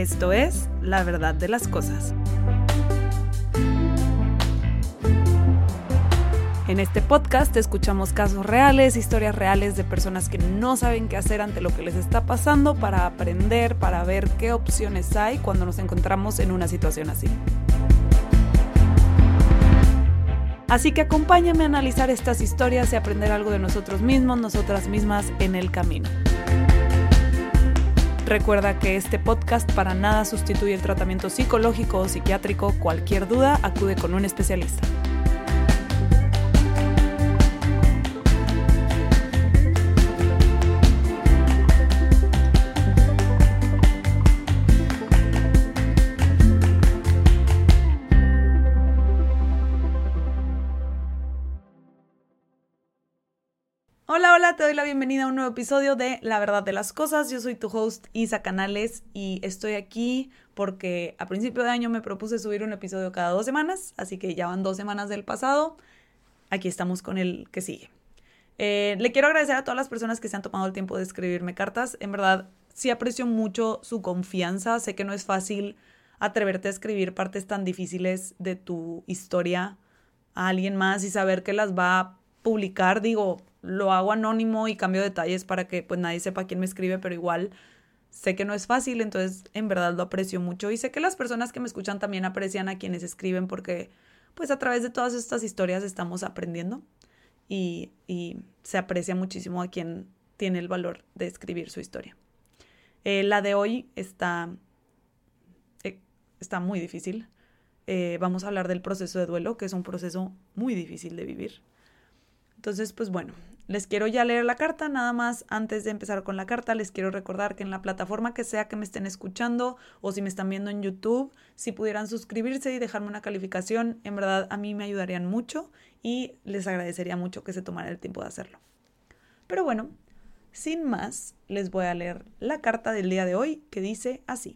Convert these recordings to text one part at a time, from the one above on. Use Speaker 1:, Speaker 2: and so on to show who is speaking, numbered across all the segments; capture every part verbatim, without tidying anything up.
Speaker 1: Esto es La Verdad de las Cosas. En este podcast escuchamos casos reales, historias reales de personas que no saben qué hacer ante lo que les está pasando para aprender, para ver qué opciones hay cuando nos encontramos en una situación así. Así que acompáñame a analizar estas historias y aprender algo de nosotros mismos, nosotras mismas en el camino. Recuerda que este podcast para nada sustituye el tratamiento psicológico o psiquiátrico. Cualquier duda, acude con un especialista. Hola, hola, te doy la bienvenida a un nuevo episodio de La Verdad de las Cosas. Yo soy tu host Isa Canales y estoy aquí porque a principio de año me propuse subir un episodio cada dos semanas, así que ya van dos semanas del pasado. Aquí estamos con el que sigue. Eh, le quiero agradecer a todas las personas que se han tomado el tiempo de escribirme cartas. En verdad, sí aprecio mucho su confianza. Sé que no es fácil atreverte a escribir partes tan difíciles de tu historia a alguien más y saber que las va a publicar. Digo, lo hago anónimo y cambio detalles para que pues nadie sepa quién me escribe, pero igual sé que no es fácil, entonces en verdad lo aprecio mucho y sé que las personas que me escuchan también aprecian a quienes escriben porque pues a través de todas estas historias estamos aprendiendo y, y se aprecia muchísimo a quien tiene el valor de escribir su historia. Eh, la de hoy está, eh, está muy difícil. Eh, vamos a hablar del proceso de duelo, que es un proceso muy difícil de vivir. Entonces, pues bueno, les quiero ya leer la carta. Nada más, antes de empezar con la carta, les quiero recordar que en la plataforma que sea que me estén escuchando o si me están viendo en YouTube, si pudieran suscribirse y dejarme una calificación, en verdad a mí me ayudarían mucho y les agradecería mucho que se tomaran el tiempo de hacerlo. Pero bueno, sin más, les voy a leer la carta del día de hoy que dice así.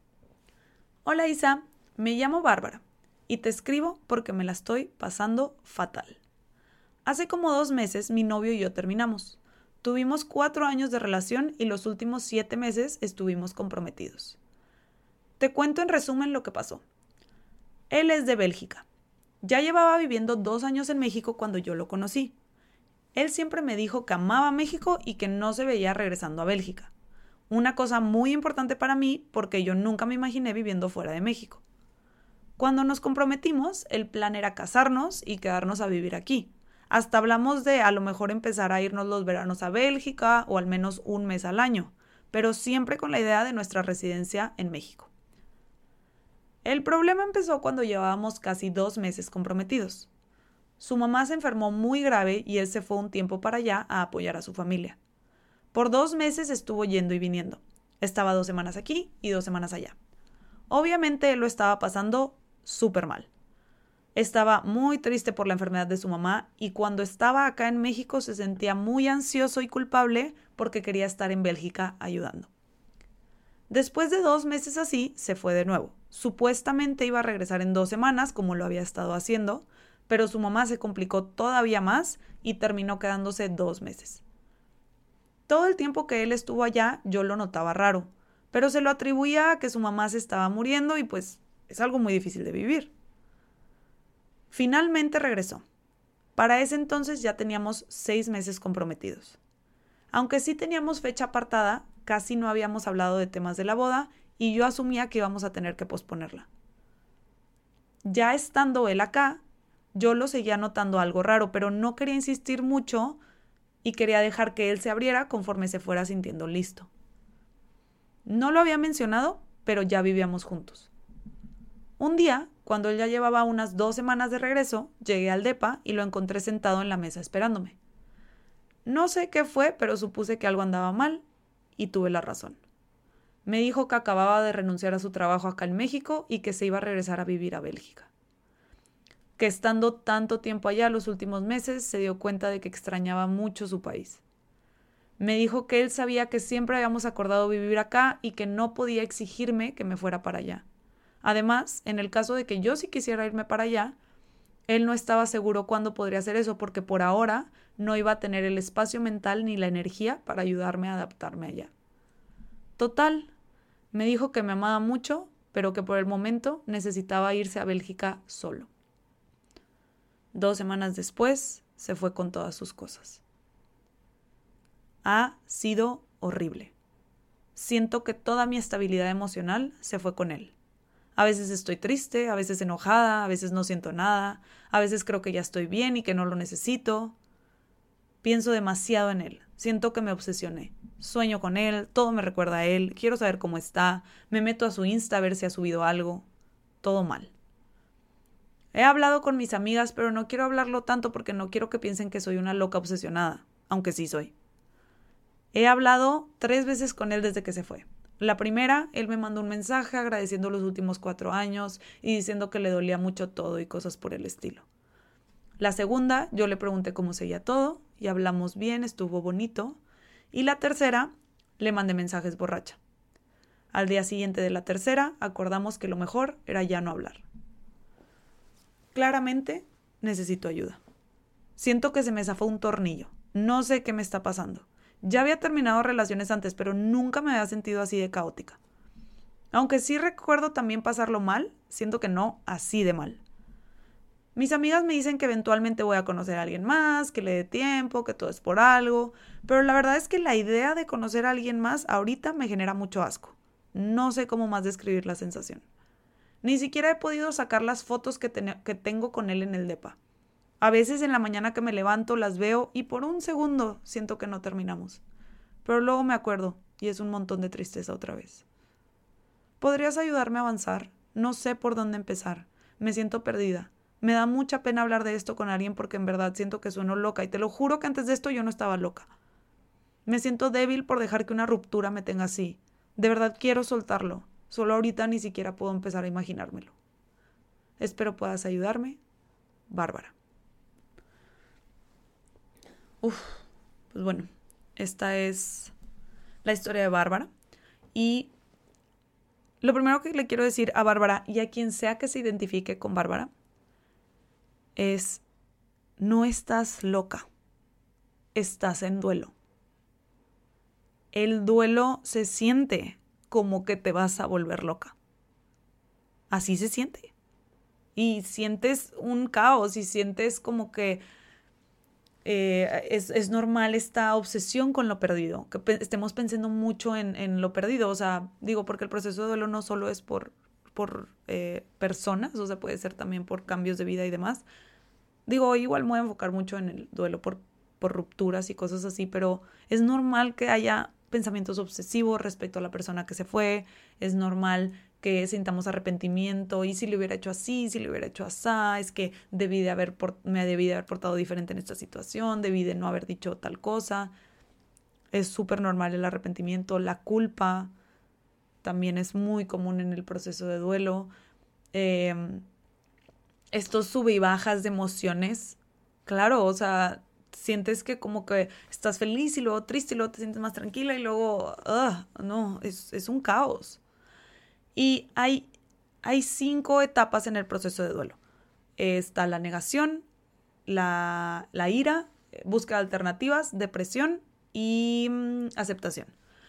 Speaker 1: Hola Isa, me llamo Bárbara y te escribo porque me la estoy pasando fatal. Hace como dos meses mi novio y yo terminamos. Tuvimos cuatro años de relación y los últimos siete meses estuvimos comprometidos. Te cuento en resumen lo que pasó. Él es de Bélgica. Ya llevaba viviendo dos años en México cuando yo lo conocí. Él siempre me dijo que amaba México y que no se veía regresando a Bélgica. Una cosa muy importante para mí porque yo nunca me imaginé viviendo fuera de México. Cuando nos comprometimos, el plan era casarnos y quedarnos a vivir aquí. Hasta hablamos de a lo mejor empezar a irnos los veranos a Bélgica o al menos un mes al año, pero siempre con la idea de nuestra residencia en México. El problema empezó cuando llevábamos casi dos meses comprometidos. Su mamá se enfermó muy grave y él se fue un tiempo para allá a apoyar a su familia. Por dos meses estuvo yendo y viniendo. Estaba dos semanas aquí y dos semanas allá. Obviamente él lo estaba pasando súper mal. Estaba muy triste por la enfermedad de su mamá y cuando estaba acá en México se sentía muy ansioso y culpable porque quería estar en Bélgica ayudando. Después de dos meses así, se fue de nuevo. Supuestamente iba a regresar en dos semanas, como lo había estado haciendo, pero su mamá se complicó todavía más y terminó quedándose dos meses. Todo el tiempo que él estuvo allá, yo lo notaba raro, pero se lo atribuía a que su mamá se estaba muriendo y pues es algo muy difícil de vivir. Finalmente regresó. Para ese entonces ya teníamos seis meses comprometidos. Aunque sí teníamos fecha apartada, casi no habíamos hablado de temas de la boda y yo asumía que íbamos a tener que posponerla. Ya estando él acá, yo lo seguía notando algo raro, pero no quería insistir mucho y quería dejar que él se abriera conforme se fuera sintiendo listo. No lo había mencionado, pero ya vivíamos juntos. Un día, cuando él ya llevaba unas dos semanas de regreso, llegué al depa y lo encontré sentado en la mesa esperándome. No sé qué fue, pero supuse que algo andaba mal y tuve la razón. Me dijo que acababa de renunciar a su trabajo acá en México y que se iba a regresar a vivir a Bélgica. Que estando tanto tiempo allá los últimos meses se dio cuenta de que extrañaba mucho su país. Me dijo que él sabía que siempre habíamos acordado vivir acá y que no podía exigirme que me fuera para allá. Además, en el caso de que yo sí quisiera irme para allá, él no estaba seguro cuándo podría hacer eso porque por ahora no iba a tener el espacio mental ni la energía para ayudarme a adaptarme allá. Total, Me dijo que me amaba mucho, pero que por el momento necesitaba irse a Bélgica solo. Dos semanas después, se fue con todas sus cosas. Ha sido horrible. Siento que toda mi estabilidad emocional se fue con él. A veces estoy triste, a veces enojada, a veces no siento nada, a veces creo que ya estoy bien y que no lo necesito. Pienso demasiado en él. Siento que me obsesioné. Sueño con él, todo me recuerda a él, quiero saber cómo está, me meto a su Insta a ver si ha subido algo. Todo mal. He hablado con mis amigas, pero no quiero hablarlo tanto porque no quiero que piensen que soy una loca obsesionada, aunque sí soy. He hablado tres veces con él desde que se fue. La primera, él me mandó un mensaje agradeciendo los últimos cuatro años y diciendo que le dolía mucho todo y cosas por el estilo. La segunda, yo le pregunté cómo seguía todo y hablamos bien, estuvo bonito. Y la tercera, le mandé mensajes borracha. Al día siguiente de la tercera, acordamos que lo mejor era ya no hablar. Claramente, necesito ayuda. Siento que se me zafó un tornillo. No sé qué me está pasando. Ya había terminado relaciones antes, pero nunca me había sentido así de caótica. Aunque sí recuerdo también pasarlo mal, siento que no así de mal. Mis amigas me dicen que eventualmente voy a conocer a alguien más, que le dé tiempo, que todo es por algo, pero la verdad es que la idea de conocer a alguien más ahorita me genera mucho asco. No sé cómo más describir la sensación. Ni siquiera he podido sacar las fotos que, ten- que tengo con él en el depa. A veces en la mañana que me levanto las veo y por un segundo siento que no terminamos. Pero luego me acuerdo y es un montón de tristeza otra vez. ¿Podrías ayudarme a avanzar? No sé por dónde empezar. Me siento perdida. Me da mucha pena hablar de esto con alguien porque en verdad siento que sueno loca y te lo juro que antes de esto yo no estaba loca. Me siento débil por dejar que una ruptura me tenga así. De verdad quiero soltarlo. Solo ahorita ni siquiera puedo empezar a imaginármelo. Espero puedas ayudarme. Bárbara. Uf, pues bueno, esta es la historia de Bárbara. Y lo primero que le quiero decir a Bárbara y a quien sea que se identifique con Bárbara es: no estás loca, estás en duelo. El duelo se siente como que te vas a volver loca. Así se siente. Y sientes un caos y sientes como que eh, es, es normal esta obsesión con lo perdido, que pe- estemos pensando mucho en, en lo perdido. O sea, digo, porque el proceso de duelo no solo es por, por eh, personas, o sea, puede ser también por cambios de vida y demás. Digo, igual me voy a enfocar mucho en el duelo por, por rupturas y cosas así, pero es normal que haya pensamientos obsesivos respecto a la persona que se fue, es normal que sintamos arrepentimiento, y si le hubiera hecho así, si le hubiera hecho asá, es que debí de haber por, me debí de haber portado diferente en esta situación, debí de no haber dicho tal cosa. Es súper normal el arrepentimiento, la culpa también es muy común en el proceso de duelo. Eh, estos sube y bajas de emociones, claro, o sea, sientes que como que estás feliz y luego triste y luego te sientes más tranquila y luego, uh, no, es, es un caos. Y hay, hay cinco etapas en el proceso de duelo. Está la negación, la, la ira, búsqueda de alternativas, depresión y mm, aceptación.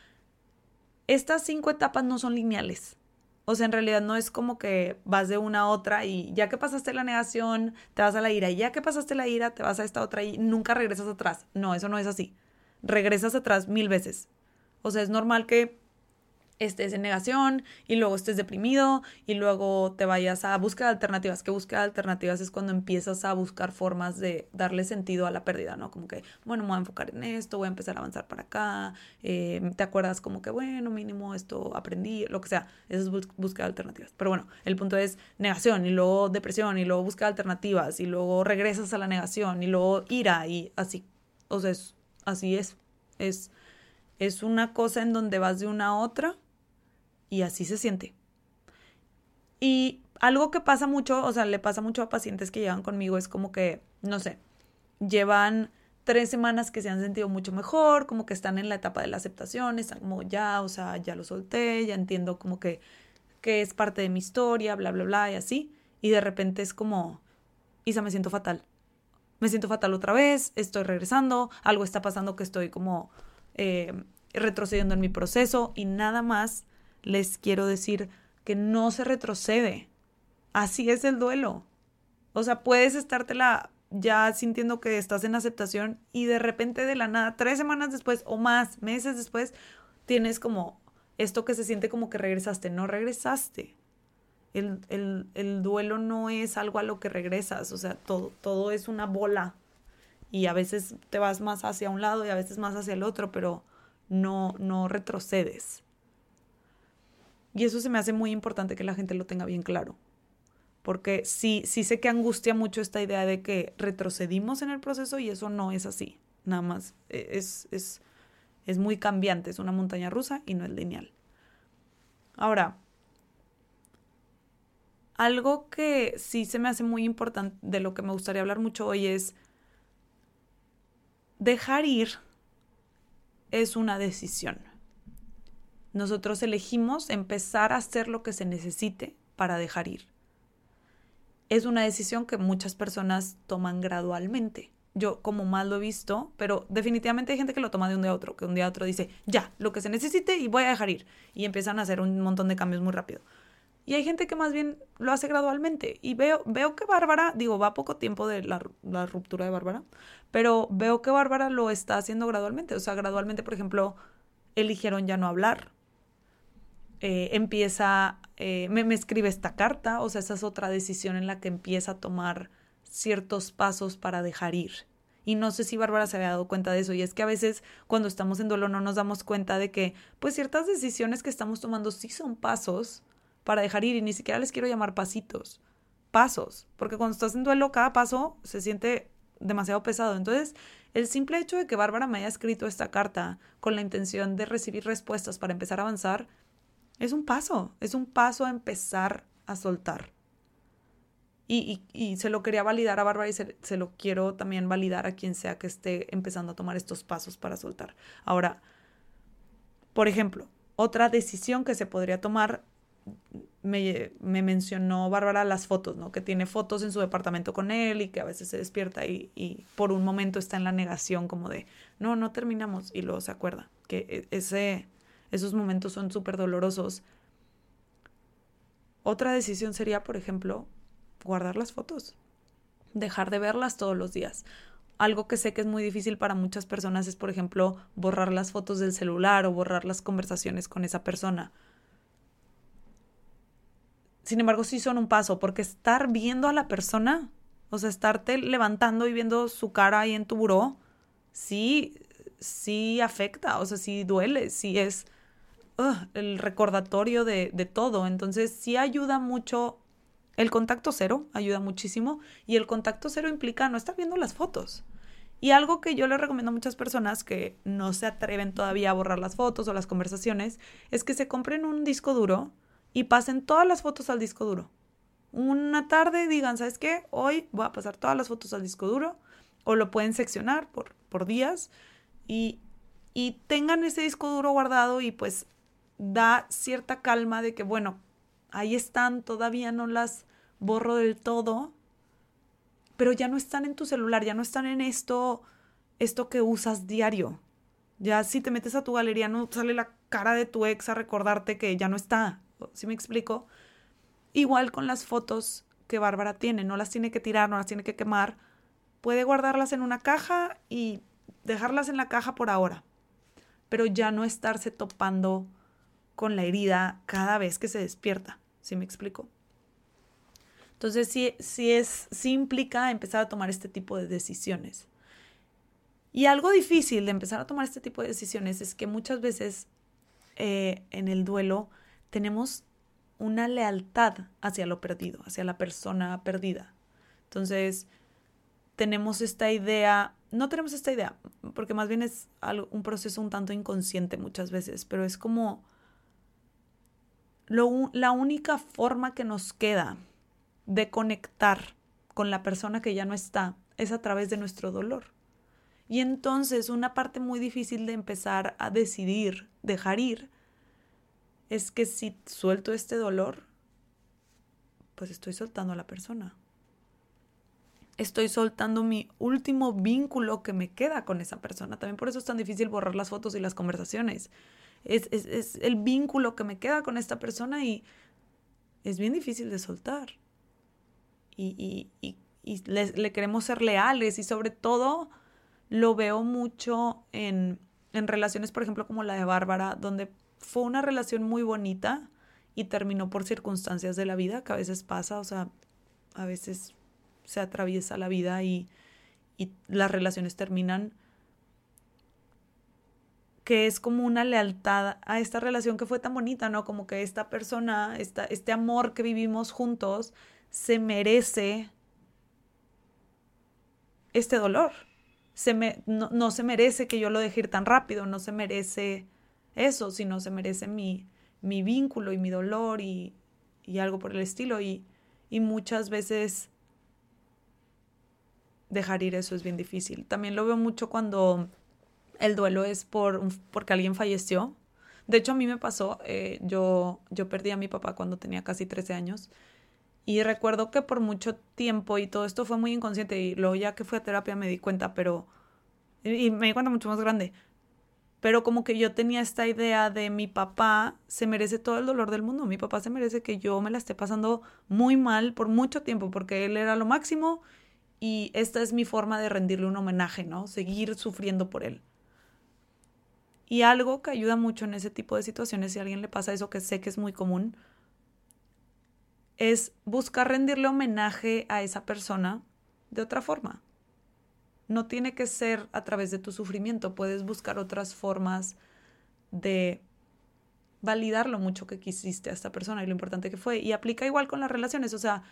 Speaker 1: Estas cinco etapas no son lineales. O sea, en realidad no es como que vas de una a otra y ya que pasaste la negación, te vas a la ira. Y ya que pasaste la ira, te vas a esta otra y nunca regresas atrás. No, eso no es así. Regresas atrás mil veces. O sea, es normal que estés en negación y luego estés deprimido y luego te vayas a búsqueda de alternativas. Que búsqueda de alternativas es cuando empiezas a buscar formas de darle sentido a la pérdida, ¿no? Como que, bueno, me voy a enfocar en esto, voy a empezar a avanzar para acá. Eh, te acuerdas como que, bueno, mínimo esto aprendí, lo que sea. Eso es bus- búsqueda de alternativas. Pero bueno, el punto es negación y luego depresión y luego búsqueda de alternativas y luego regresas a la negación y luego ira y así. O sea, es, así es. Es, es una cosa en donde vas de una a otra. Y así se siente. Y algo que pasa mucho, o sea, le pasa mucho a pacientes que llegan conmigo, es como que, no sé, llevan tres semanas que se han sentido mucho mejor, como que están en la etapa de la aceptación, están como ya, o sea, ya lo solté, ya entiendo como que, que es parte de mi historia, bla, bla, bla, y así. Y de repente es como, Isa, me siento fatal. Me siento fatal otra vez, estoy regresando, algo está pasando que estoy como eh, retrocediendo en mi proceso y nada más les quiero decir que no se retrocede. Así es el duelo. O sea, puedes estártela ya sintiendo que estás en aceptación y de repente de la nada, tres semanas después o más, meses después, tienes como esto que se siente como que regresaste. No regresaste. El, el, el duelo no es algo a lo que regresas. O sea, todo, todo es una bola. Y a veces te vas más hacia un lado y a veces más hacia el otro, pero no, no retrocedes. Y eso se me hace muy importante que la gente lo tenga bien claro. Porque sí, sí sé que angustia mucho esta idea de que retrocedimos en el proceso y eso no es así. Nada más es, es, es muy cambiante, es una montaña rusa y no es lineal. Ahora, algo que sí se me hace muy importante, de lo que me gustaría hablar mucho hoy, es dejar ir es una decisión. Nosotros elegimos empezar a hacer lo que se necesite para dejar ir. Es una decisión que muchas personas toman gradualmente. Yo como más lo he visto, pero definitivamente hay gente que lo toma de un día a otro, que un día a otro dice, ya, lo que se necesite y voy a dejar ir. Y empiezan a hacer un montón de cambios muy rápido. Y hay gente que más bien lo hace gradualmente. Y veo, veo que Bárbara, digo, va poco tiempo de la, la ruptura de Bárbara, pero veo que Bárbara lo está haciendo gradualmente. O sea, gradualmente, por ejemplo, eligieron ya no hablar. Eh, empieza, eh, me, me escribe esta carta, o sea, esa es otra decisión en la que empieza a tomar ciertos pasos para dejar ir. Y no sé si Bárbara se había dado cuenta de eso, y es que a veces cuando estamos en duelo no nos damos cuenta de que pues ciertas decisiones que estamos tomando sí son pasos para dejar ir, y ni siquiera les quiero llamar pasitos, pasos, porque cuando estás en duelo cada paso se siente demasiado pesado. Entonces, el simple hecho de que Bárbara me haya escrito esta carta con la intención de recibir respuestas para empezar a avanzar, es un paso, es un paso a empezar a soltar. Y, y, y se lo quería validar a Bárbara y se, se lo quiero también validar a quien sea que esté empezando a tomar estos pasos para soltar. Ahora, por ejemplo, otra decisión que se podría tomar, me, me mencionó Bárbara las fotos, ¿no? Que tiene fotos en su departamento con él y que a veces se despierta y, y por un momento está en la negación como de, no, no terminamos, y luego se acuerda que ese... Esos momentos son súper dolorosos. Otra decisión sería, por ejemplo, guardar las fotos. Dejar de verlas todos los días. Algo que sé que es muy difícil para muchas personas es, por ejemplo, borrar las fotos del celular o borrar las conversaciones con esa persona. Sin embargo, sí son un paso, porque estar viendo a la persona, o sea, estarte levantando y viendo su cara ahí en tu buró, sí, sí afecta, o sea, sí duele, sí es... Uh, el recordatorio de, de todo. Entonces sí ayuda mucho el contacto cero, ayuda muchísimo, y el contacto cero implica no estar viendo las fotos. Y algo que yo le recomiendo a muchas personas que no se atreven todavía a borrar las fotos o las conversaciones es que se compren un disco duro y pasen todas las fotos al disco duro. Una tarde digan, ¿sabes qué? Hoy voy a pasar todas las fotos al disco duro, o lo pueden seccionar por, por días y, y tengan ese disco duro guardado, y pues da cierta calma de que, bueno, ahí están, todavía no las borro del todo, pero ya no están en tu celular, ya no están en esto, esto que usas diario. Ya si te metes a tu galería no sale la cara de tu ex a recordarte que ya no está. ¿Sí me explico? Igual con las fotos que Bárbara tiene, no las tiene que tirar, no las tiene que quemar. Puede guardarlas en una caja y dejarlas en la caja por ahora, pero ya no estarse topando con la herida cada vez que se despierta. ¿Sí me explico? Entonces sí, sí, es, sí implica empezar a tomar este tipo de decisiones. Y algo difícil de empezar a tomar este tipo de decisiones es que muchas veces eh, en el duelo tenemos una lealtad hacia lo perdido, hacia la persona perdida. Entonces tenemos esta idea, no tenemos esta idea, porque más bien es algo, un proceso un tanto inconsciente muchas veces, pero es como Lo, la única forma que nos queda de conectar con la persona que ya no está es a través de nuestro dolor. Y entonces una parte muy difícil de empezar a decidir dejar ir es que si suelto este dolor, pues estoy soltando a la persona. Estoy soltando mi último vínculo que me queda con esa persona. También por eso es tan difícil borrar las fotos y las conversaciones. es, es, es el vínculo que me queda con esta persona y es bien difícil de soltar. Y, y, y, y le, le queremos ser leales y sobre todo lo veo mucho en, en relaciones, por ejemplo, como la de Bárbara, donde fue una relación muy bonita y terminó por circunstancias de la vida, que a veces pasa, o sea, a veces se atraviesa la vida y, y las relaciones terminan, que es como una lealtad a esta relación que fue tan bonita, ¿no? Como que esta persona, esta, este amor que vivimos juntos, se merece este dolor. Se me, no, no se merece que yo lo deje ir tan rápido, no se merece eso, sino se merece mi, mi vínculo y mi dolor y, y algo por el estilo. Y, y muchas veces dejar ir eso es bien difícil. También lo veo mucho cuando el duelo es por porque alguien falleció. De hecho, a mí me pasó, eh, yo, yo perdí a mi papá cuando tenía casi trece años. Y recuerdo que por mucho tiempo, y todo esto fue muy inconsciente, y luego ya que fui a terapia me di cuenta, pero... Y me di cuenta mucho más grande. Pero como que yo tenía esta idea de mi papá se merece todo el dolor del mundo. Mi papá se merece que yo me la esté pasando muy mal por mucho tiempo, porque él era lo máximo y esta es mi forma de rendirle un homenaje, ¿no? Seguir sufriendo por él. Y algo que ayuda mucho en ese tipo de situaciones, si a alguien le pasa eso, que sé que es muy común, es buscar rendirle homenaje a esa persona de otra forma. No tiene que ser a través de tu sufrimiento, puedes buscar otras formas de validar lo mucho que quisiste a esta persona y lo importante que fue. Y aplica igual con las relaciones, o sea,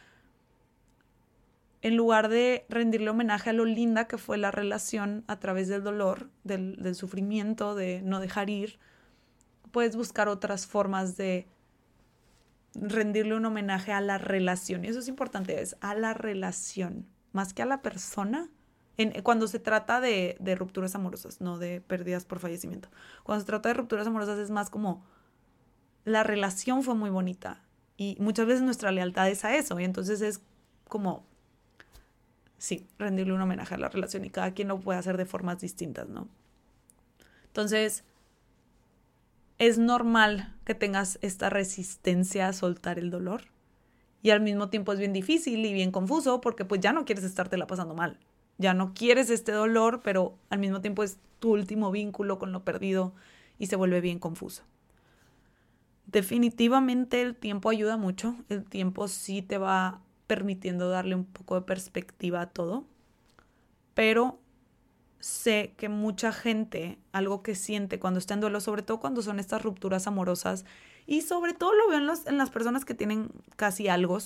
Speaker 1: en lugar de rendirle homenaje a lo linda que fue la relación a través del dolor, del, del sufrimiento, de no dejar ir, puedes buscar otras formas de rendirle un homenaje a la relación. Y eso es importante, es a la relación, más que a la persona. En, cuando se trata de, de rupturas amorosas, no de pérdidas por fallecimiento. Cuando se trata de rupturas amorosas es más como la relación fue muy bonita y muchas veces nuestra lealtad es a eso y entonces es como, sí, rendirle un homenaje a la relación y cada quien lo puede hacer de formas distintas, ¿no? Entonces, es normal que tengas esta resistencia a soltar el dolor y al mismo tiempo es bien difícil y bien confuso porque pues ya no quieres estártela pasando mal. Ya no quieres este dolor, pero al mismo tiempo es tu último vínculo con lo perdido y se vuelve bien confuso. Definitivamente el tiempo ayuda mucho. El tiempo sí te va permitiendo darle un poco de perspectiva a todo. Pero sé que mucha gente, algo que siente cuando está en duelo, sobre todo cuando son estas rupturas amorosas, y sobre todo lo veo en, los, en las personas que tienen casi algo,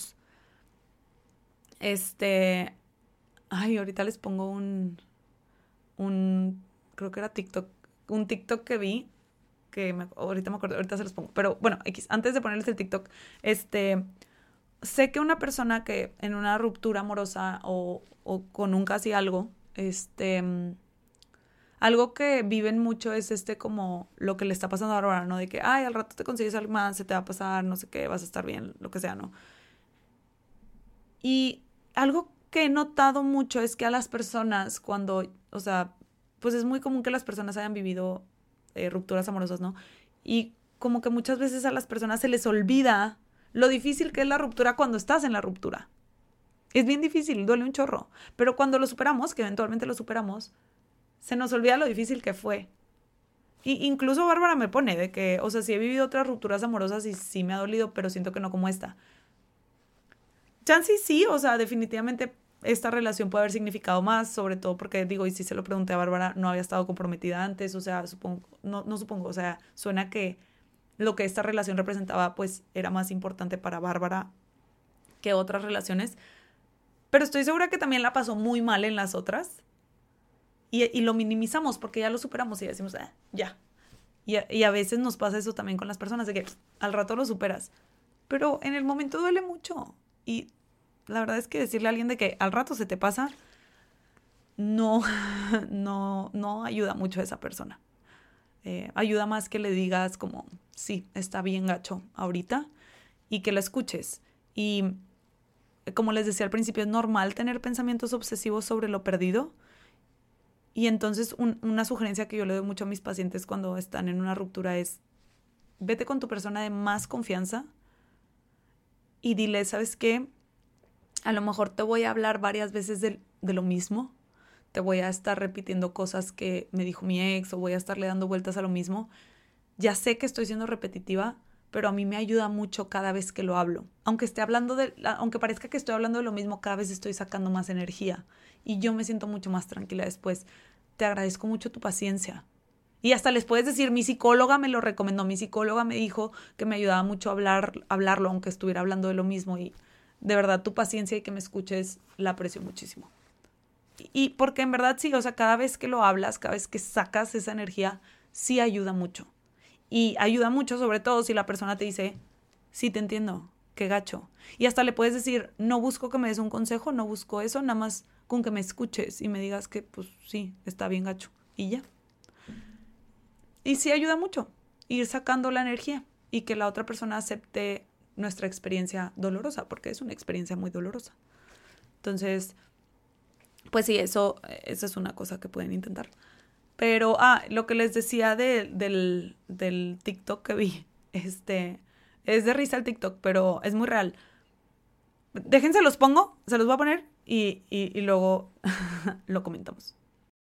Speaker 1: este... Ay, ahorita les pongo un, un, creo que era TikTok, un TikTok que vi, que me, ahorita me acuerdo, ahorita se los pongo. Pero bueno, X, antes de ponerles el TikTok, este, sé que una persona que en una ruptura amorosa o, o con un casi algo, este, algo que viven mucho es este como lo que le está pasando a Bárbara, ¿no? De que, ay, al rato te consigues algo más, se te va a pasar, no sé qué, vas a estar bien, lo que sea, ¿no? Y algo que he notado mucho es que a las personas cuando, o sea, pues es muy común que las personas hayan vivido eh, rupturas amorosas, ¿no? Y como que muchas veces a las personas se les olvida lo difícil que es la ruptura cuando estás en la ruptura. Es bien difícil, duele un chorro. Pero cuando lo superamos, que eventualmente lo superamos, se nos olvida lo difícil que fue. Y incluso Bárbara me pone de que, o sea, sí he vivido otras rupturas amorosas y sí me ha dolido, pero siento que no como esta. Chance sí, o sea, definitivamente esta relación puede haber significado más, sobre todo porque, digo, y si se lo pregunté a Bárbara, no había estado comprometida antes, o sea, supongo, no, no supongo, o sea, suena que lo que esta relación representaba, pues, era más importante para Bárbara que otras relaciones, pero estoy segura que también la pasó muy mal en las otras, y, y lo minimizamos porque ya lo superamos y decimos, ah, ya, y a, y a veces nos pasa eso también con las personas, de que pff, al rato lo superas, pero en el momento duele mucho, y la verdad es que decirle a alguien de que al rato se te pasa, no, no, no ayuda mucho a esa persona. Eh, ayuda más que le digas como, sí, está bien gacho ahorita y que la escuches. Y como les decía al principio, es normal tener pensamientos obsesivos sobre lo perdido. Y entonces un, una sugerencia que yo le doy mucho a mis pacientes cuando están en una ruptura es vete con tu persona de más confianza y dile, ¿sabes qué? A lo mejor te voy a hablar varias veces de, de lo mismo. Te voy a estar repitiendo cosas que me dijo mi ex o voy a estarle dando vueltas a lo mismo. Ya sé que estoy siendo repetitiva, pero a mí me ayuda mucho cada vez que lo hablo. Aunque esté hablando de, aunque parezca que estoy hablando de lo mismo, cada vez estoy sacando más energía y yo me siento mucho más tranquila después. Te agradezco mucho tu paciencia. Y hasta les puedes decir, mi psicóloga me lo recomendó, mi psicóloga me dijo que me ayudaba mucho a hablar, hablarlo, aunque estuviera hablando de lo mismo. Y de verdad, tu paciencia y que me escuches, la aprecio muchísimo. Y porque en verdad sí, o sea, cada vez que lo hablas, cada vez que sacas esa energía, sí ayuda mucho. Y ayuda mucho, sobre todo si la persona te dice, sí, te entiendo, qué gacho. Y hasta le puedes decir, no busco que me des un consejo, no busco eso, nada más con que me escuches y me digas que, pues sí, está bien gacho. Y ya. Y sí ayuda mucho ir sacando la energía y que la otra persona acepte nuestra experiencia dolorosa, porque es una experiencia muy dolorosa. Entonces, pues sí, eso, eso es una cosa que pueden intentar. Pero, ah, lo que les decía de, del, del TikTok que vi, este, es de risa el TikTok, pero es muy real. Déjense los pongo, se los voy a poner y, y, y luego lo comentamos.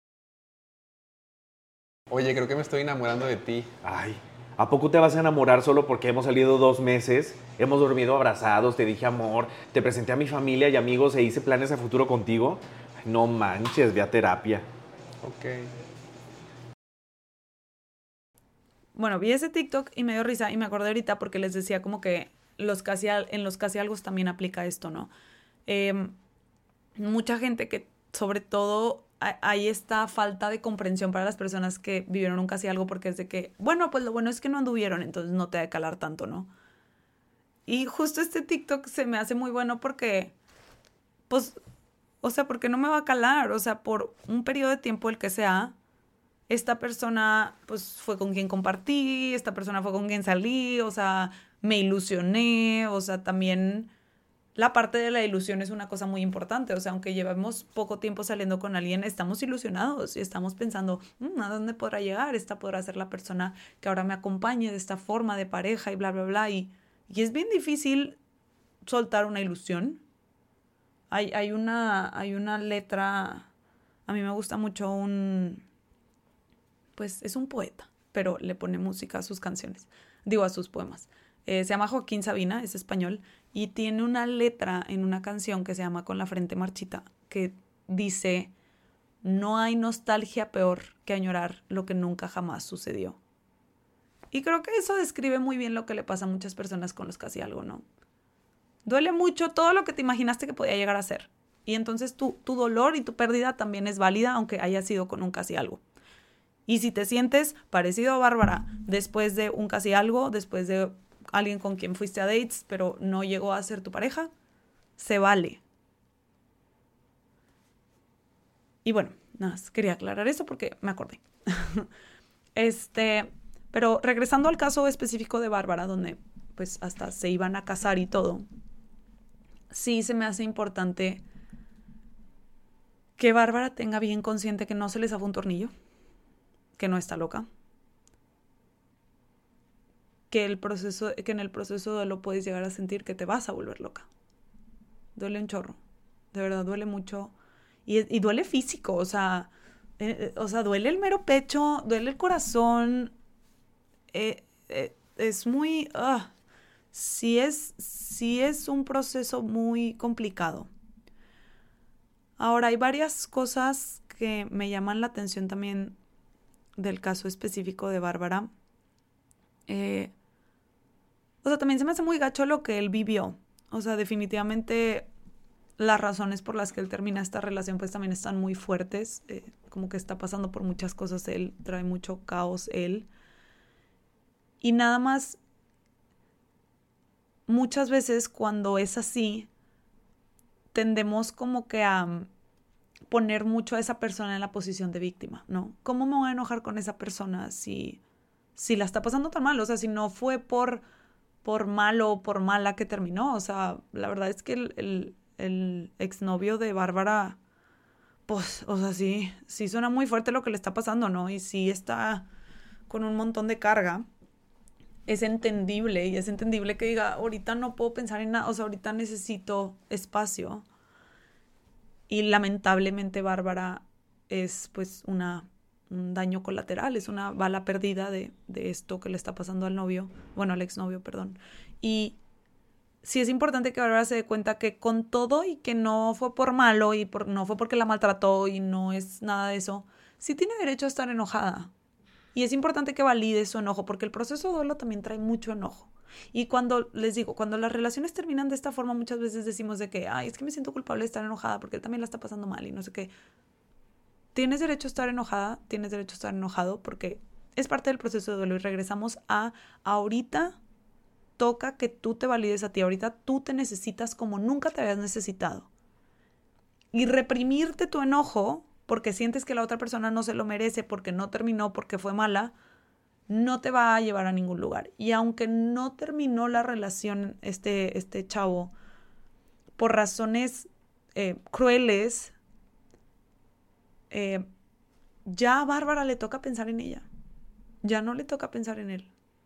Speaker 2: Oye, creo que me estoy enamorando de ti.
Speaker 3: Ay, ¿a poco te vas a enamorar solo porque hemos salido dos meses? Hemos dormido abrazados, te dije amor, te presenté a mi familia y amigos e hice planes a futuro contigo. Ay, no manches, ve a terapia.
Speaker 2: Ok.
Speaker 1: Bueno, vi ese TikTok y me dio risa y me acordé ahorita porque les decía como que los casi, en los casi algo también aplica esto, ¿no? Eh, mucha gente que sobre todo hay esta falta de comprensión para las personas que vivieron un casi algo porque es de que, bueno, pues lo bueno es que no anduvieron, entonces no te ha de calar tanto, ¿no? Y justo este TikTok se me hace muy bueno porque, pues, o sea, porque no me va a calar, o sea, por un periodo de tiempo el que sea, esta persona, pues, fue con quien compartí, esta persona fue con quien salí, o sea, me ilusioné, o sea, también la parte de la ilusión es una cosa muy importante. O sea, aunque llevemos poco tiempo saliendo con alguien, estamos ilusionados y estamos pensando, mmm, ¿a dónde podrá llegar? Esta podrá ser la persona que ahora me acompañe de esta forma de pareja y bla, bla, bla. Y, y es bien difícil soltar una ilusión. Hay, hay, una, hay una letra, a mí me gusta mucho un, pues es un poeta, pero le pone música a sus canciones, digo a sus poemas. Eh, se llama Joaquín Sabina, es español, y tiene una letra en una canción que se llama Con la frente marchita, que dice, no hay nostalgia peor que añorar lo que nunca jamás sucedió. Y creo que eso describe muy bien lo que le pasa a muchas personas con los casi algo, ¿no? Duele mucho todo lo que te imaginaste que podía llegar a ser. Y entonces tu, tu dolor y tu pérdida también es válida, aunque haya sido con un casi algo. Y si te sientes parecido a Bárbara después de un casi algo, después de alguien con quien fuiste a dates, pero no llegó a ser tu pareja, se vale. Y bueno, nada más quería aclarar eso porque me acordé. este, pero regresando al caso específico de Bárbara, donde pues hasta se iban a casar y todo, sí se me hace importante que Bárbara tenga bien consciente que no se le zafó un tornillo, que no está loca, que, el proceso, que en el proceso de lo puedes llegar a sentir que te vas a volver loca. Duele un chorro, de verdad duele mucho y, y duele físico, o sea, eh, o sea, duele el mero pecho, duele el corazón, eh, eh, es muy, uh, sí es, sí es un proceso muy complicado. Ahora, hay varias cosas que me llaman la atención también del caso específico de Bárbara. Eh, o sea, también se me hace muy gacho lo que él vivió. O sea, definitivamente las razones por las que él termina esta relación pues también están muy fuertes. Eh, como que está pasando por muchas cosas él, trae mucho caos él. Y nada más, muchas veces cuando es así, tendemos como que a poner mucho a esa persona en la posición de víctima, ¿no? ¿Cómo me voy a enojar con esa persona si, si la está pasando tan mal? O sea, si no fue por, por malo o por mala que terminó. O sea, la verdad es que el, el, el exnovio de Bárbara, pues, o sea, sí, sí suena muy fuerte lo que le está pasando, ¿no? Y sí está con un montón de carga. es entendible y es entendible que diga, ahorita no puedo pensar en nada, o sea, ahorita necesito espacio. Y lamentablemente Bárbara es pues una, un daño colateral, es una bala perdida de, de esto que le está pasando al novio, bueno, al exnovio, perdón. Y sí es importante que Bárbara se dé cuenta que con todo y que no fue por malo y por, no fue porque la maltrató y no es nada de eso, sí tiene derecho a estar enojada. Y es importante que valide su enojo, porque el proceso de duelo también trae mucho enojo. Y cuando, les digo, cuando las relaciones terminan de esta forma, muchas veces decimos de que, ay, es que me siento culpable de estar enojada porque él también la está pasando mal y no sé qué. Tienes derecho a estar enojada, tienes derecho a estar enojado porque es parte del proceso de duelo. Y regresamos a ahorita toca que tú te valides a ti. Ahorita tú te necesitas como nunca te habías necesitado. Y reprimirte tu enojo porque sientes que la otra persona no se lo merece, porque no terminó, porque fue mala, no te va a llevar a ningún lugar. Y aunque no terminó la relación este, este chavo por razones eh, crueles, eh, ya a Bárbara le toca pensar en ella. Ya no le toca pensar en él.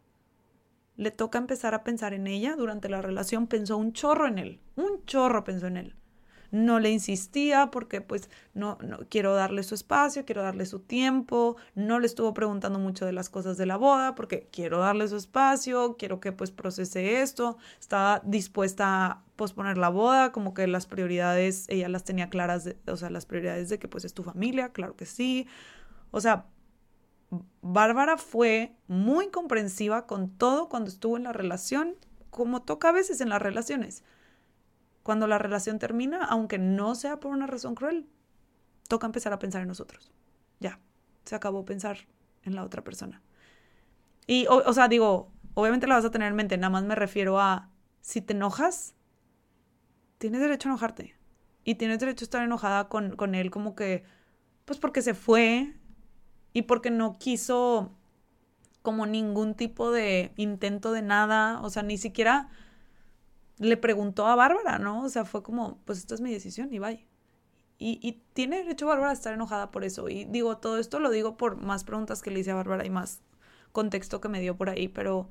Speaker 1: Le toca empezar a pensar en ella. Durante la relación pensó un chorro en él. Un chorro pensó en él. No le insistía porque pues no, no quiero darle su espacio, quiero darle su tiempo, no le estuvo preguntando mucho de las cosas de la boda porque quiero darle su espacio, quiero que pues procese esto, estaba dispuesta a posponer la boda, como que las prioridades, ella las tenía claras, de, o sea, las prioridades de que pues es tu familia, claro que sí, o sea, Bárbara fue muy comprensiva con todo cuando estuvo en la relación, como toca a veces en las relaciones. Cuando la relación termina, aunque no sea por una razón cruel, toca empezar a pensar en nosotros. Ya, se acabó pensar en la otra persona. Y, o, o sea, digo, obviamente la vas a tener en mente, nada más me refiero a, si te enojas, tienes derecho a enojarte. Y tienes derecho a estar enojada con, con él como que, pues porque se fue y porque no quiso como ningún tipo de intento de nada, o sea, ni siquiera le preguntó a Bárbara, ¿no? O sea, fue como, pues esta es mi decisión y bye. Y, y tiene derecho Bárbara a estar enojada por eso. Y digo, todo esto lo digo por más preguntas que le hice a Bárbara y más contexto que me dio por ahí, pero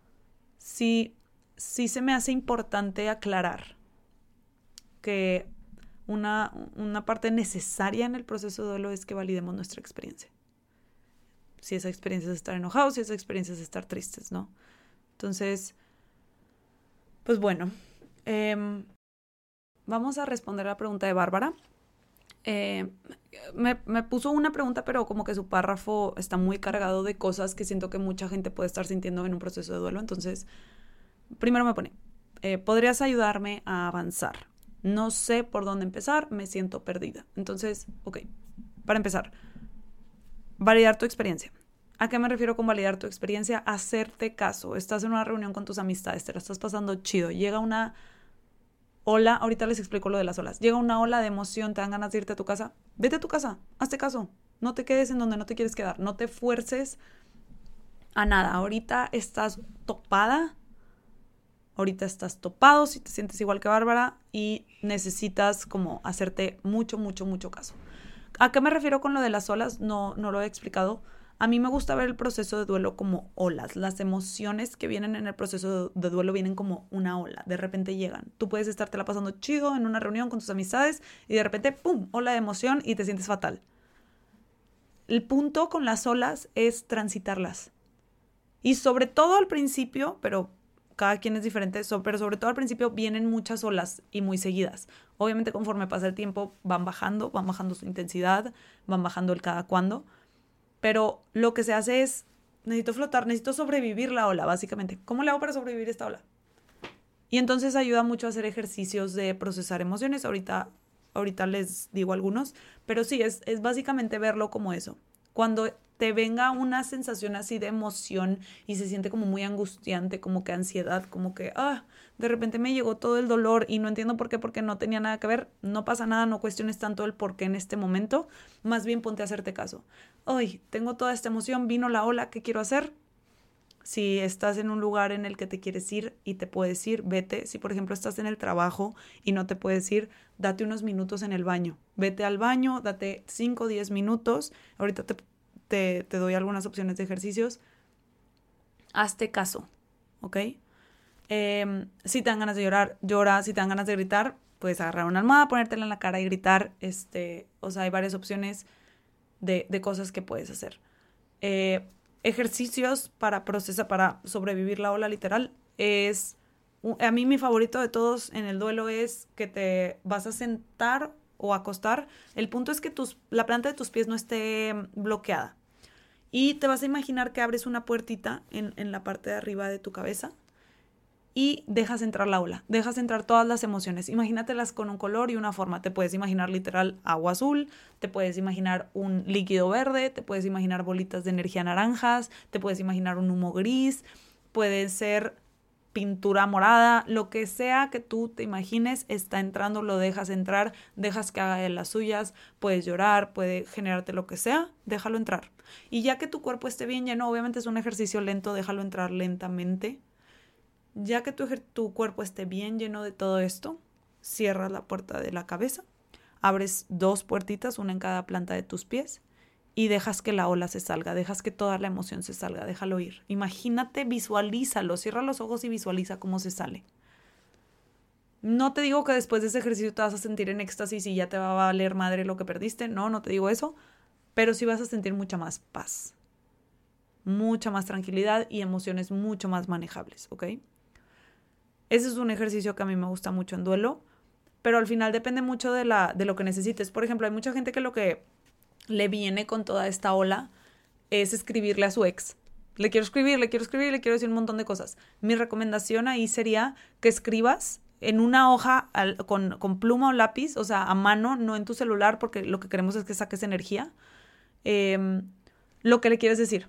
Speaker 1: sí, sí se me hace importante aclarar que una, una parte necesaria en el proceso de duelo es que validemos nuestra experiencia. Si esa experiencia es estar enojados, si esa experiencia es estar tristes, ¿no? Entonces, pues bueno, eh, vamos a responder a la pregunta de Bárbara. Eh, me, me puso una pregunta, pero como que su párrafo está muy cargado de cosas que siento que mucha gente puede estar sintiendo en un proceso de duelo. Entonces, primero me pone, eh, ¿podrías ayudarme a avanzar? No sé por dónde empezar, me siento perdida. Entonces, ok, para empezar, validar tu experiencia. ¿A qué me refiero con validar tu experiencia? Hacerte caso. Estás en una reunión con tus amistades, te la estás pasando chido. Llega una ola, ahorita les explico lo de las olas. Llega una ola de emoción, te dan ganas de irte a tu casa. Vete a tu casa, hazte caso. No te quedes en donde no te quieres quedar. No te fuerces a nada. Ahorita estás topada. Ahorita estás topado si te sientes igual que Bárbara y necesitas como hacerte mucho, mucho, mucho caso. ¿A qué me refiero con lo de las olas? No, no lo he explicado. A mí me gusta ver el proceso de duelo como olas. Las emociones que vienen en el proceso de duelo vienen como una ola. De repente llegan. Tú puedes estártela pasando chido en una reunión con tus amistades y de repente, ¡pum!, ola de emoción y te sientes fatal. El punto con las olas es transitarlas. Y sobre todo al principio, pero cada quien es diferente, pero sobre todo al principio vienen muchas olas y muy seguidas. Obviamente conforme pasa el tiempo van bajando, van bajando su intensidad, van bajando el cada cuándo. Pero lo que se hace es, necesito flotar, necesito sobrevivir la ola, básicamente. ¿Cómo le hago para sobrevivir esta ola? Y entonces ayuda mucho a hacer ejercicios de procesar emociones. Ahorita, ahorita les digo algunos, pero sí, es, es básicamente verlo como eso. Cuando te venga una sensación así de emoción y se siente como muy angustiante, como que ansiedad, como que, ah, de repente me llegó todo el dolor y no entiendo por qué, porque no tenía nada que ver, no pasa nada, no cuestiones tanto el por qué en este momento, más bien ponte a hacerte caso. Hoy tengo toda esta emoción, vino la ola, ¿qué quiero hacer? Si estás en un lugar en el que te quieres ir y te puedes ir, vete. Si, por ejemplo, estás en el trabajo y no te puedes ir, date unos minutos en el baño. Vete al baño, date cinco o diez minutos. Ahorita te, te, te doy algunas opciones de ejercicios. Hazte caso. ¿ok? Eh, si te dan ganas de llorar, llora. Si te dan ganas de gritar, puedes agarrar una almohada, ponértela en la cara y gritar. Este, o sea, hay varias opciones de, de cosas que puedes hacer. Eh, ejercicios para procesar, para sobrevivir la ola literal es... A mí mi favorito de todos en el duelo es que te vas a sentar o acostar. El punto es que tus, la planta de tus pies no esté bloqueada. Y te vas a imaginar que abres una puertita en, en la parte de arriba de tu cabeza y dejas entrar la ola, dejas entrar todas las emociones. Imagínatelas con un color y una forma. Te puedes imaginar literal agua azul, te puedes imaginar un líquido verde, te puedes imaginar bolitas de energía naranjas, te puedes imaginar un humo gris, puede ser pintura morada, lo que sea que tú te imagines está entrando, lo dejas entrar, dejas que haga de las suyas, puedes llorar, puede generarte lo que sea, déjalo entrar. Y ya que tu cuerpo esté bien lleno, obviamente es un ejercicio lento, déjalo entrar lentamente. Ya que tu, tu cuerpo esté bien lleno de todo esto, cierras la puerta de la cabeza, abres dos puertitas, una en cada planta de tus pies, y dejas que la ola se salga, dejas que toda la emoción se salga, déjalo ir. Imagínate, visualízalo, cierra los ojos y visualiza cómo se sale. No te digo que después de ese ejercicio te vas a sentir en éxtasis y ya te va a valer madre lo que perdiste, no, no te digo eso, pero sí vas a sentir mucha más paz, mucha más tranquilidad y emociones mucho más manejables, ¿ok? Ese es un ejercicio que a mí me gusta mucho en duelo, pero al final depende mucho de, la, de lo que necesites. Por ejemplo, hay mucha gente que lo que le viene con toda esta ola es escribirle a su ex. Le quiero escribir, le quiero escribir, le quiero decir un montón de cosas. Mi recomendación ahí sería que escribas en una hoja al, con, con pluma o lápiz, o sea, a mano, no en tu celular, porque lo que queremos es que saques energía, eh, lo que le quieres decir.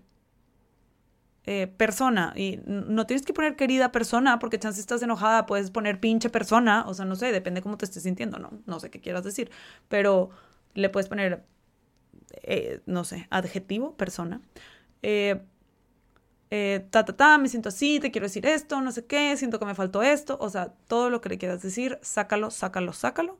Speaker 1: Eh, persona, y no tienes que poner querida persona, porque chance estás enojada, puedes poner pinche persona, o sea, no sé, depende cómo te estés sintiendo, no, no sé qué quieras decir, pero le puedes poner... Eh, no sé, adjetivo, persona, eh, eh, ta, ta, ta, me siento así, te quiero decir esto, no sé qué, siento que me faltó esto, o sea, todo lo que le quieras decir, sácalo, sácalo, sácalo,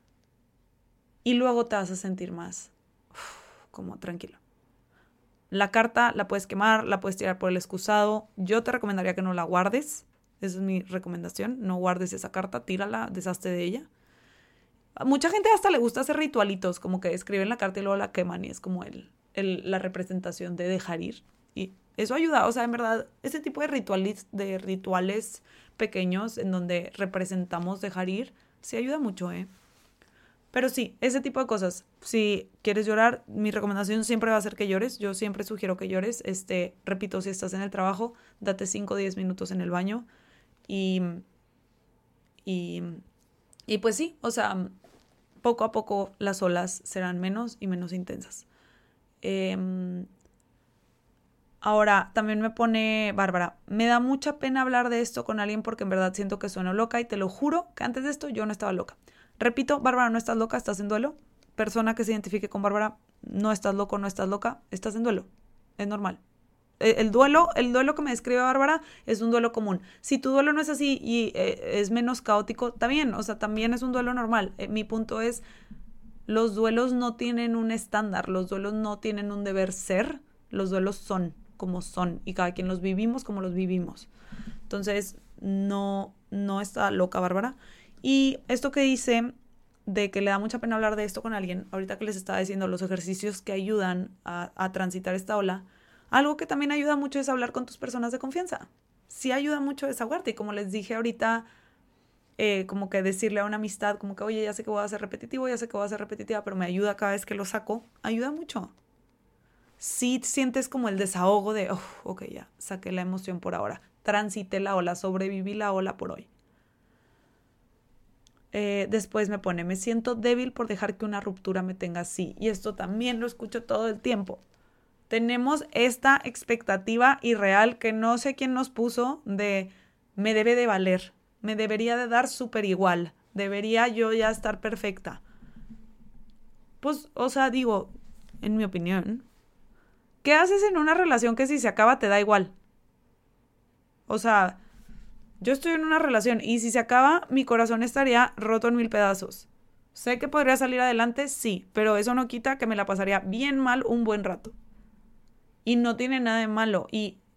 Speaker 1: y luego te vas a sentir más uf, como tranquilo. La carta la puedes quemar, la puedes tirar por el excusado, yo te recomendaría que no la guardes, esa es mi recomendación, no guardes esa carta, tírala, deshazte de ella. Mucha gente hasta le gusta hacer ritualitos, como que escriben la carta y luego la queman y es como el, el, la representación de dejar ir. Y eso ayuda, o sea, en verdad, ese tipo de rituales, de rituales pequeños en donde representamos dejar ir, sí ayuda mucho, ¿eh? Pero sí, ese tipo de cosas. Si quieres llorar, mi recomendación siempre va a ser que llores. Yo siempre sugiero que llores. Este, repito, si estás en el trabajo, date cinco o diez minutos en el baño y... y Y pues sí, o sea, poco a poco las olas serán menos y menos intensas. Eh, ahora, también me pone Bárbara, me da mucha pena hablar de esto con alguien porque en verdad siento que sueno loca y te lo juro que antes de esto yo no estaba loca. Repito, Bárbara, no estás loca, estás en duelo. Persona que se identifique con Bárbara, no estás loco, no estás loca, estás en duelo. Es normal. El duelo, el duelo que me describe Bárbara es un duelo común. Si tu duelo no es así y eh, es menos caótico, también, o sea, también es un duelo normal. Eh, mi punto es, los duelos no tienen un estándar, los duelos no tienen un deber ser, los duelos son como son y cada quien los vivimos como los vivimos. Entonces, no, no está loca Bárbara. Y esto que dice de que le da mucha pena hablar de esto con alguien, ahorita que les estaba diciendo los ejercicios que ayudan a, a transitar esta ola, algo que también ayuda mucho es hablar con tus personas de confianza. Sí ayuda mucho desahogarte. Y como les dije ahorita, eh, como que decirle a una amistad, como que, oye, ya sé que voy a ser repetitivo, ya sé que voy a ser repetitiva, pero me ayuda cada vez que lo saco. Ayuda mucho. Sí sientes como el desahogo de, oh, ok, ya, saqué la emoción por ahora. Transité la ola, sobreviví la ola por hoy. Eh, después me pone, me siento débil por dejar que una ruptura me tenga así. Y esto también lo escucho todo el tiempo. Tenemos esta expectativa irreal que no sé quién nos puso de me debe de valer, me debería de dar súper igual, debería yo ya estar perfecta. Pues, o sea, digo, en mi opinión, ¿qué haces en una relación que si se acaba te da igual? O sea, yo estoy en una relación y si se acaba, mi corazón estaría roto en mil pedazos. Sé que podría salir adelante, sí, pero eso no quita que me la pasaría bien mal un buen rato. Y no tiene nada de malo. Y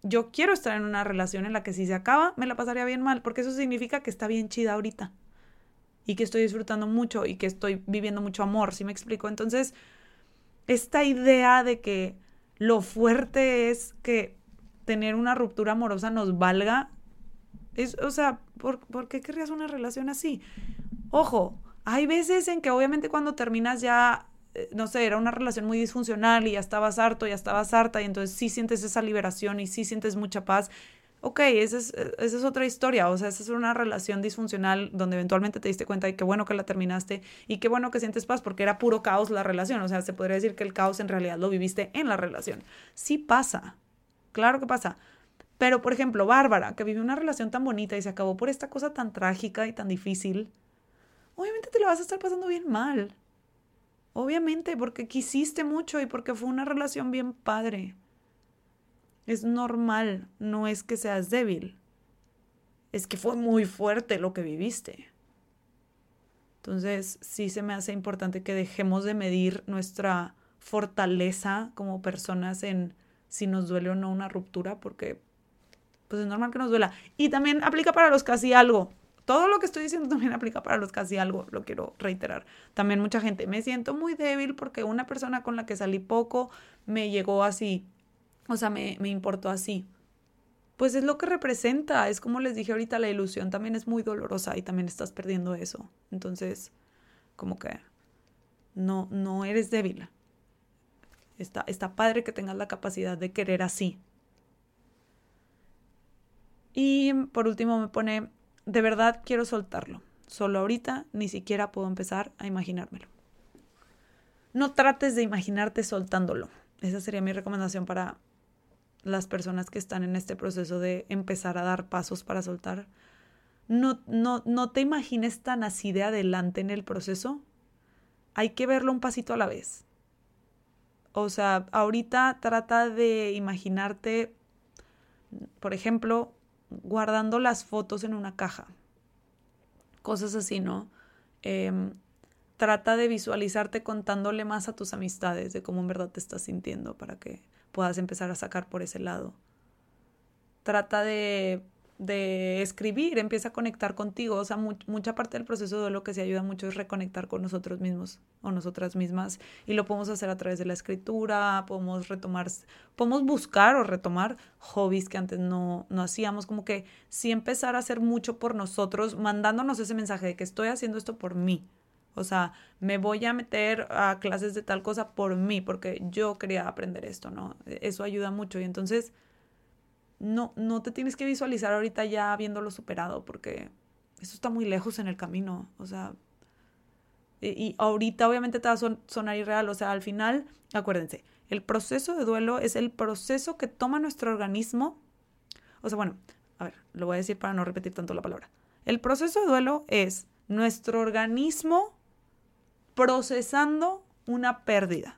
Speaker 1: yo quiero estar en una relación en la que si se acaba, me la pasaría bien mal, porque eso significa que está bien chida ahorita y que estoy disfrutando mucho y que estoy viviendo mucho amor, ¿sí me explico? Entonces, esta idea de que lo fuerte es que tener una ruptura amorosa nos valga, es, o sea, ¿por, ¿por qué querrías una relación así? Ojo, hay veces en que obviamente cuando terminas ya, eh, no sé, era una relación muy disfuncional y ya estabas harto, ya estabas harta y entonces sí sientes esa liberación y sí sientes mucha paz. Ok, esa es, esa es otra historia, o sea, esa es una relación disfuncional donde eventualmente te diste cuenta y qué bueno que la terminaste y qué bueno que sientes paz porque era puro caos la relación, o sea, se podría decir que el caos en realidad lo viviste en la relación. Sí pasa, claro que pasa. Pero, por ejemplo, Bárbara, que vivió una relación tan bonita y se acabó por esta cosa tan trágica y tan difícil, obviamente te la vas a estar pasando bien mal. Obviamente, porque quisiste mucho y porque fue una relación bien padre. Es normal, no es que seas débil. Es que fue muy fuerte lo que viviste. Entonces, sí se me hace importante que dejemos de medir nuestra fortaleza como personas en si nos duele o no una ruptura, porque pues es normal que nos duela. Y también aplica para los casi algo. Todo lo que estoy diciendo también aplica para los casi algo, lo quiero reiterar. También mucha gente, me siento muy débil porque una persona con la que salí poco me llegó así, o sea, me, me importó así. Pues es lo que representa, es como les dije ahorita, la ilusión también es muy dolorosa y también estás perdiendo eso. Entonces, como que no, no eres débil. Está, está padre que tengas la capacidad de querer así. Y por último me pone, de verdad quiero soltarlo. Solo ahorita ni siquiera puedo empezar a imaginármelo. No trates de imaginarte soltándolo. Esa sería mi recomendación para las personas que están en este proceso de empezar a dar pasos para soltar. No, no, no te imagines tan así de adelante en el proceso. Hay que verlo un pasito a la vez. O sea, ahorita trata de imaginarte, por ejemplo, guardando las fotos en una caja. Cosas así, ¿no? Eh, trata de visualizarte contándole más a tus amistades de cómo en verdad te estás sintiendo para que puedas empezar a sacar por ese lado. Trata de, de escribir, empieza a conectar contigo. O sea, mu- mucha parte del proceso de lo que se ayuda mucho es reconectar con nosotros mismos o nosotras mismas. Y lo podemos hacer a través de la escritura, podemos retomar, podemos buscar o retomar hobbies que antes no, no hacíamos. Como que sí empezar a hacer mucho por nosotros, mandándonos ese mensaje de que estoy haciendo esto por mí. O sea, me voy a meter a clases de tal cosa por mí, porque yo quería aprender esto, ¿no? Eso ayuda mucho. Y entonces, no, no te tienes que visualizar ahorita ya habiéndolo superado, porque eso está muy lejos en el camino. O sea, y, y ahorita obviamente te va a son, sonar irreal. O sea, al final, acuérdense, el proceso de duelo es el proceso que toma nuestro organismo. O sea, bueno, a ver, lo voy a decir para no repetir tanto la palabra. El proceso de duelo es nuestro organismo procesando una pérdida,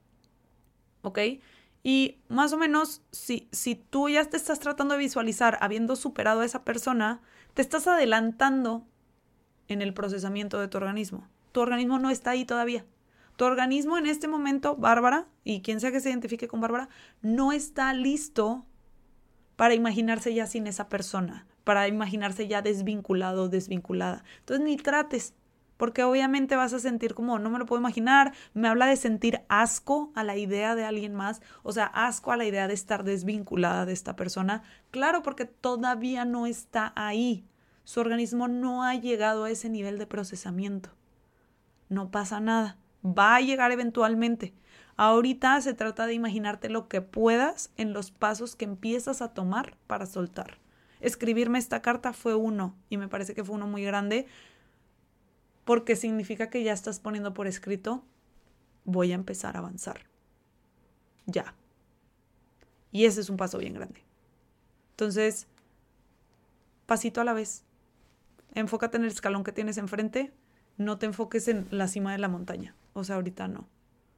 Speaker 1: ¿ok? Y más o menos, si, si tú ya te estás tratando de visualizar habiendo superado a esa persona, te estás adelantando en el procesamiento de tu organismo. Tu organismo no está ahí todavía. Tu organismo en este momento, Bárbara, y quien sea que se identifique con Bárbara, no está listo para imaginarse ya sin esa persona, para imaginarse ya desvinculado o desvinculada. Entonces ni trates. Porque obviamente vas a sentir como, no me lo puedo imaginar, me habla de sentir asco a la idea de alguien más, o sea, asco a la idea de estar desvinculada de esta persona. Claro, porque todavía no está ahí. Su organismo no ha llegado a ese nivel de procesamiento. No pasa nada. Va a llegar eventualmente. Ahorita se trata de imaginarte lo que puedas en los pasos que empiezas a tomar para soltar. Escribirme esta carta fue uno, y me parece que fue uno muy grande, porque significa que ya estás poniendo por escrito, voy a empezar a avanzar. Ya. Y ese es un paso bien grande. Entonces, pasito a la vez. Enfócate en el escalón que tienes enfrente. No te enfoques en la cima de la montaña. O sea, ahorita no.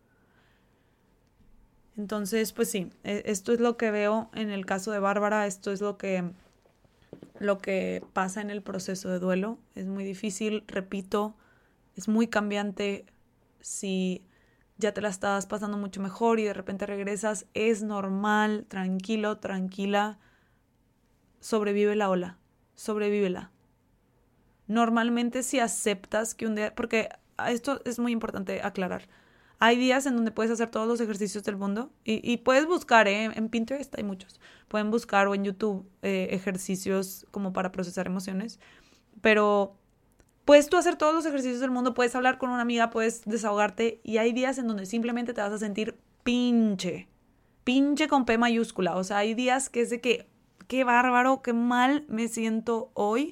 Speaker 1: Entonces, pues sí, esto es lo que veo en el caso de Bárbara. Esto es lo que, lo que pasa en el proceso de duelo. Es muy difícil, repito, es muy cambiante. Si ya te la estabas pasando mucho mejor y de repente regresas, es normal, tranquilo, tranquila, sobrevive la ola, sobrevívela. Normalmente si aceptas que un día, porque esto es muy importante aclarar, hay días en donde puedes hacer todos los ejercicios del mundo y, y puedes buscar, ¿eh? En Pinterest hay muchos, pueden buscar o en YouTube eh, ejercicios como para procesar emociones, pero puedes tú hacer todos los ejercicios del mundo, puedes hablar con una amiga, puedes desahogarte y hay días en donde simplemente te vas a sentir pinche, pinche con P mayúscula, o sea, hay días que es de que, qué bárbaro, qué mal me siento hoy.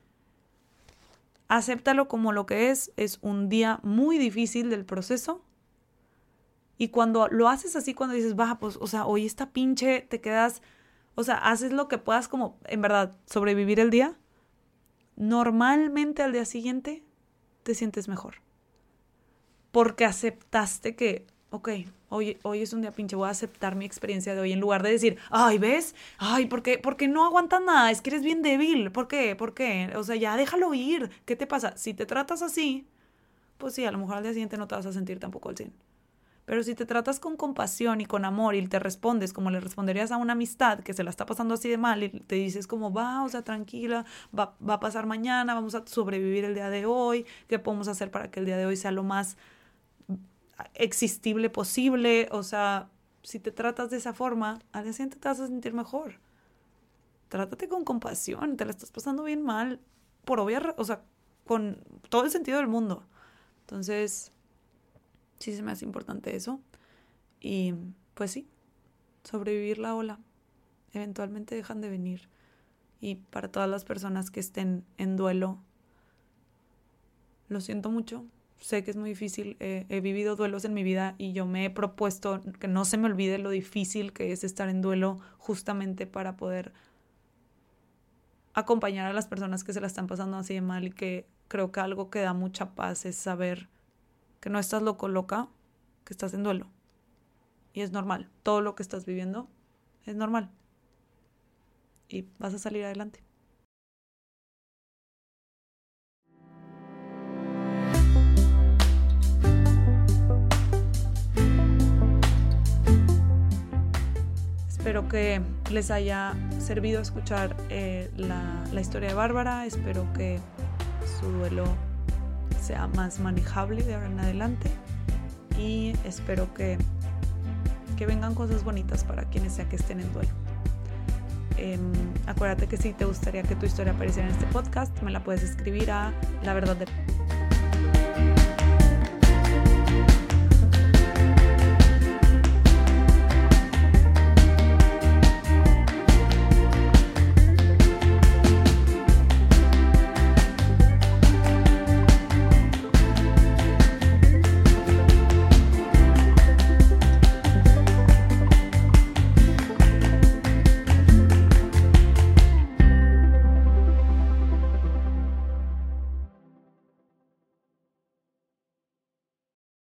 Speaker 1: Acéptalo como lo que es, es un día muy difícil del proceso. Y cuando lo haces así, cuando dices, va, pues, o sea, hoy está pinche, te quedas, o sea, haces lo que puedas como, en verdad, sobrevivir el día. Normalmente al día siguiente te sientes mejor. Porque aceptaste que, ok, hoy, hoy es un día pinche, voy a aceptar mi experiencia de hoy. En lugar de decir, ay, ¿ves? Ay, ¿por qué, ¿por qué no aguantas nada? Es que eres bien débil. ¿Por qué? ¿Por qué? O sea, ya déjalo ir. ¿Qué te pasa? Si te tratas así, pues sí, a lo mejor al día siguiente no te vas a sentir tampoco al cien. Pero si te tratas con compasión y con amor y te respondes como le responderías a una amistad que se la está pasando así de mal y te dices como, va, o sea, tranquila, va, va a pasar mañana, vamos a sobrevivir el día de hoy, ¿qué podemos hacer para que el día de hoy sea lo más existible posible? O sea, si te tratas de esa forma, al día siguiente te vas a sentir mejor. Trátate con compasión, te la estás pasando bien mal, por obvia, o sea, con todo el sentido del mundo. Entonces, sí se me hace importante eso. Y pues sí, sobrevivir la ola. Eventualmente dejan de venir. Y para todas las personas que estén en duelo, lo siento mucho. Sé que es muy difícil. Eh, he vivido duelos en mi vida y yo me he propuesto que no se me olvide lo difícil que es estar en duelo, justamente para poder acompañar a las personas que se la están pasando así de mal. Y que creo que algo que da mucha paz es saber que no estás loco, loca, que estás en duelo. Y es normal. Todo lo que estás viviendo es normal. Y vas a salir adelante. Espero que les haya servido escuchar eh, la, la historia de Bárbara. Espero que su duelo sea más manejable de ahora en adelante y espero que, que vengan cosas bonitas para quienes sea que estén en duelo. Eh, acuérdate que si te gustaría que tu historia apareciera en este podcast, me la puedes escribir a la verdad de